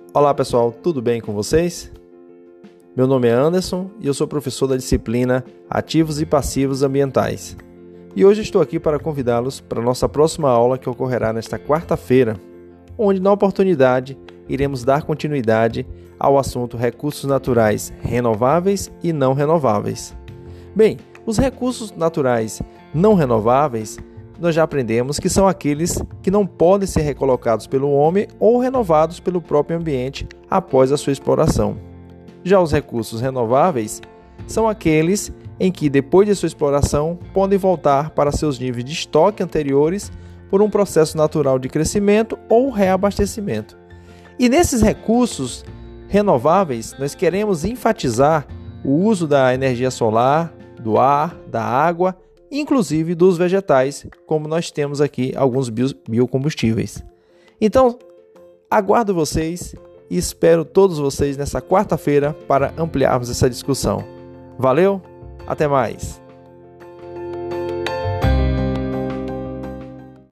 Olá pessoal, tudo bem com vocês? Meu nome é Anderson e eu sou professor da disciplina Ativos e Passivos Ambientais. E hoje estou aqui para convidá-los para a nossa próxima aula que ocorrerá nesta quarta-feira, onde na oportunidade iremos dar continuidade ao assunto recursos naturais renováveis e não renováveis. Bem, os recursos naturais não renováveis nós já aprendemos que são aqueles que não podem ser recolocados pelo homem ou renovados pelo próprio ambiente após a sua exploração. Já os recursos renováveis são aqueles em que, depois de sua exploração, podem voltar para seus níveis de estoque anteriores por um processo natural de crescimento ou reabastecimento. E nesses recursos renováveis, nós queremos enfatizar o uso da energia solar, do ar, da água, inclusive dos vegetais, como nós temos aqui alguns biocombustíveis. Então, aguardo vocês e espero todos vocês nessa quarta-feira para ampliarmos essa discussão. Valeu, até mais!